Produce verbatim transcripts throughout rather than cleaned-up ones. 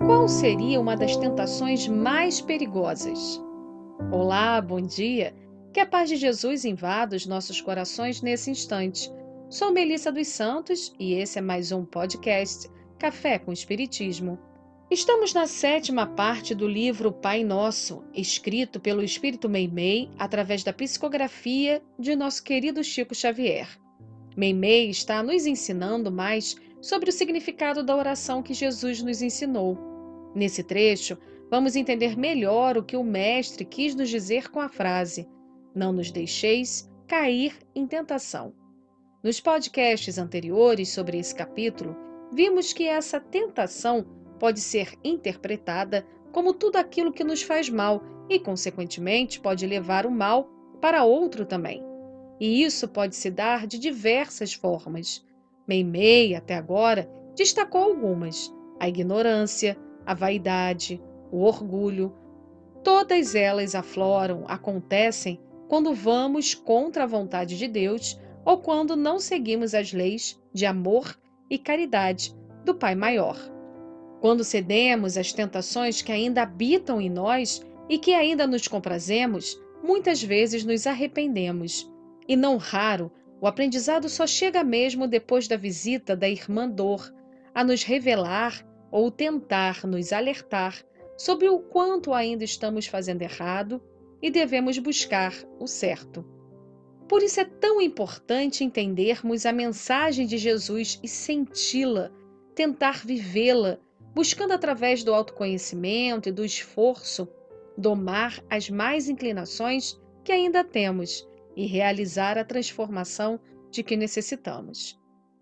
Qual seria uma das tentações mais perigosas? Olá, bom dia. Que a paz de Jesus invada os nossos corações nesse instante. Sou Melissa dos Santos e esse é mais um podcast Café com Espiritismo. Estamos na sétima parte do livro Pai Nosso, escrito pelo Espírito Meimei através da psicografia de nosso querido Chico Xavier. Meimei está nos ensinando mais sobre o significado da oração que Jesus nos ensinou. Nesse trecho, vamos entender melhor o que o Mestre quis nos dizer com a frase: não nos deixeis cair em tentação. Nos podcasts anteriores sobre esse capítulo, vimos que essa tentação pode ser interpretada como tudo aquilo que nos faz mal e, consequentemente, pode levar o mal para outro também. E isso pode se dar de diversas formas. Meimei, até agora, destacou algumas: a ignorância, a vaidade, o orgulho. Todas elas afloram, acontecem quando vamos contra a vontade de Deus ou quando não seguimos as leis de amor e caridade do Pai Maior. Quando cedemos às tentações que ainda habitam em nós e que ainda nos comprazemos, muitas vezes nos arrependemos. E não raro, o aprendizado só chega mesmo depois da visita da irmã Dor, a nos revelar ou tentar nos alertar sobre o quanto ainda estamos fazendo errado e devemos buscar o certo. Por isso é tão importante entendermos a mensagem de Jesus e senti-la, tentar vivê-la, buscando através do autoconhecimento e do esforço domar as más inclinações que ainda temos e realizar a transformação de que necessitamos.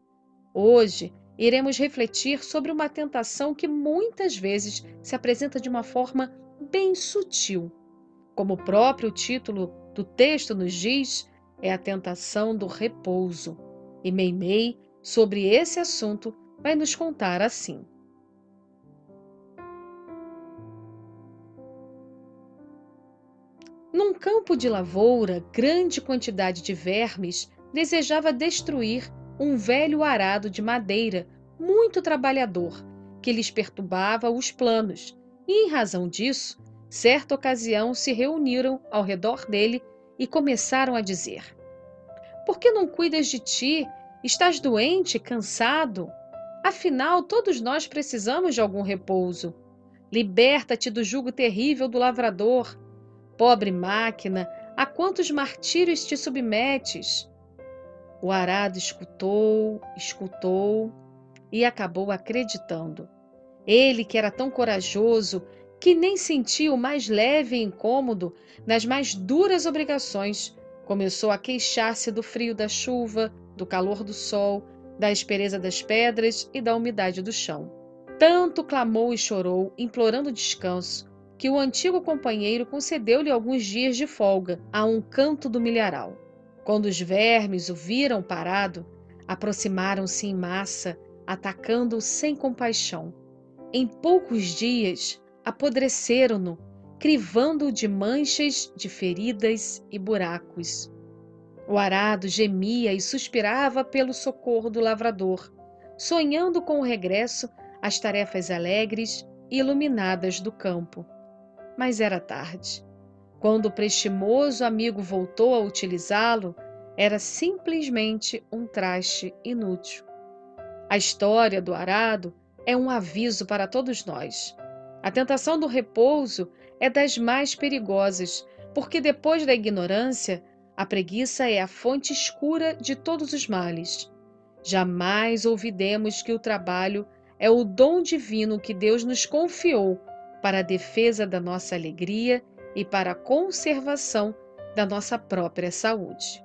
Hoje, iremos refletir sobre uma tentação que muitas vezes se apresenta de uma forma bem sutil. Como o próprio título do texto nos diz, é a tentação do repouso. E Meimei, sobre esse assunto, vai nos contar assim. Num campo de lavoura, grande quantidade de vermes desejava destruir um velho arado de madeira, muito trabalhador, que lhes perturbava os planos, e, em razão disso, certa ocasião se reuniram ao redor dele e começaram a dizer: por que não cuidas de ti? Estás doente, cansado? Afinal, todos nós precisamos de algum repouso. Liberta-te do jugo terrível do lavrador. Pobre máquina, a quantos martírios te submetes? O arado escutou, escutou e acabou acreditando. Ele, que era tão corajoso, que nem sentia o mais leve incômodo nas mais duras obrigações, começou a queixar-se do frio da chuva, do calor do sol, da aspereza das pedras e da umidade do chão. Tanto clamou e chorou, implorando descanso, que o antigo companheiro concedeu-lhe alguns dias de folga a um canto do milharal. Quando os vermes o viram parado, aproximaram-se em massa, atacando-o sem compaixão. Em poucos dias, apodreceram-no, crivando-o de manchas, de feridas e buracos. O arado gemia e suspirava pelo socorro do lavrador, sonhando com o regresso às tarefas alegres e iluminadas do campo. Mas era tarde. Quando o prestimoso amigo voltou a utilizá-lo, era simplesmente um traste inútil. A história do arado é um aviso para todos nós. A tentação do repouso é das mais perigosas, porque depois da ignorância, a preguiça é a fonte escura de todos os males. Jamais olvidemos que o trabalho é o dom divino que Deus nos confiou para a defesa da nossa alegria e para a conservação da nossa própria saúde.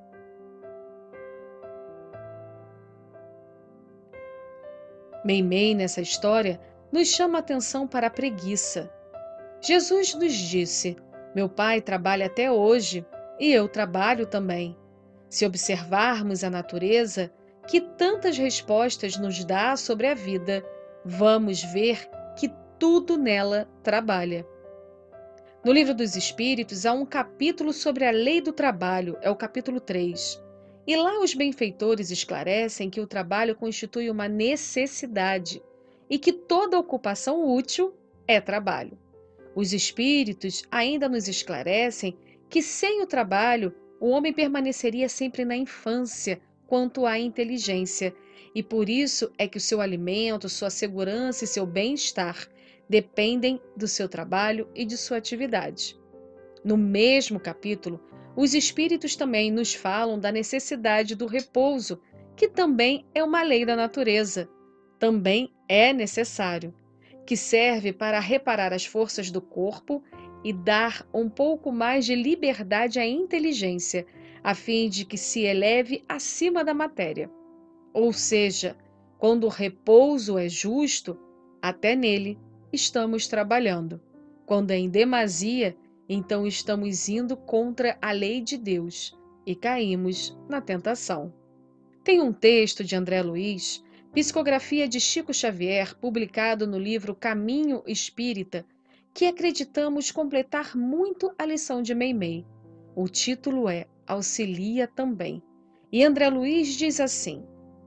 Meimei, nessa história, nos chama a atenção para a preguiça. Jesus nos disse: meu pai trabalha até hoje e eu trabalho também. Se observarmos a natureza, que tantas respostas nos dá sobre a vida, vamos ver que tudo nela trabalha. No Livro dos Espíritos há um capítulo sobre a lei do trabalho, é o capítulo três. E lá os benfeitores esclarecem que o trabalho constitui uma necessidade e que toda ocupação útil é trabalho. Os espíritos ainda nos esclarecem que sem o trabalho, o homem permaneceria sempre na infância quanto à inteligência, e por isso é que o seu alimento, sua segurança e seu bem-estar dependem do seu trabalho e de sua atividade. No mesmo capítulo, os espíritos também nos falam da necessidade do repouso, que também é uma lei da natureza, também é necessário, que serve para reparar as forças do corpo e dar um pouco mais de liberdade à inteligência, a fim de que se eleve acima da matéria. Ou seja, quando o repouso é justo, até nele estamos trabalhando. Quando é em demasia, então estamos indo contra a lei de Deus e caímos na tentação. Tem um texto de André Luiz, psicografia de Chico Xavier, publicado no livro Caminho Espírita, que acreditamos completar muito a lição de Meimei. O título é Auxilia também. E André Luiz diz assim: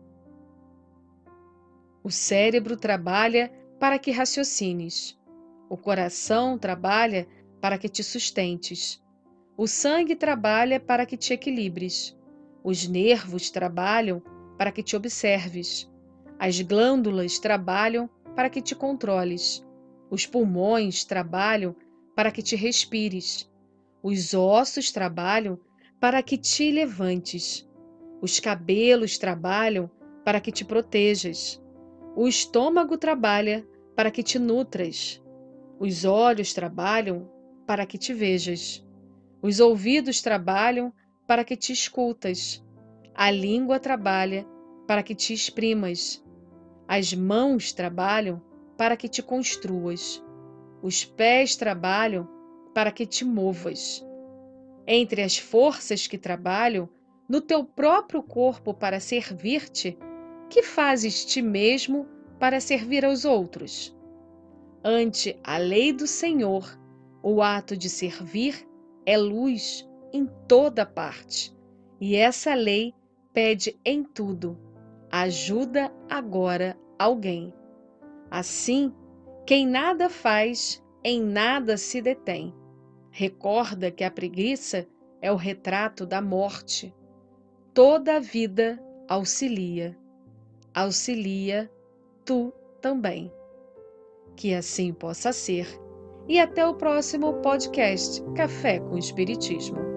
o cérebro trabalha para que raciocines. O coração trabalha para que te sustentes. O sangue trabalha para que te equilibres. Os nervos trabalham para que te observes. As glândulas trabalham para que te controles. Os pulmões trabalham para que te respires. Os ossos trabalham para que te levantes. Os cabelos trabalham para que te protejas. O estômago trabalha para que te nutras. Os olhos trabalham para que te vejas. Os ouvidos trabalham para que te escutas. A língua trabalha para que te exprimas. As mãos trabalham para que te construas. Os pés trabalham para que te movas. Entre as forças que trabalham no teu próprio corpo para servir-te, que fazes ti mesmo para servir aos outros? Ante a lei do Senhor, o ato de servir é luz em toda parte. E essa lei pede em tudo: ajuda agora alguém. Assim, quem nada faz, em nada se detém. Recorda que a preguiça é o retrato da morte. Toda a vida auxilia. Auxilia tu também. Que assim possa ser. E até o próximo podcast Café com Espiritismo.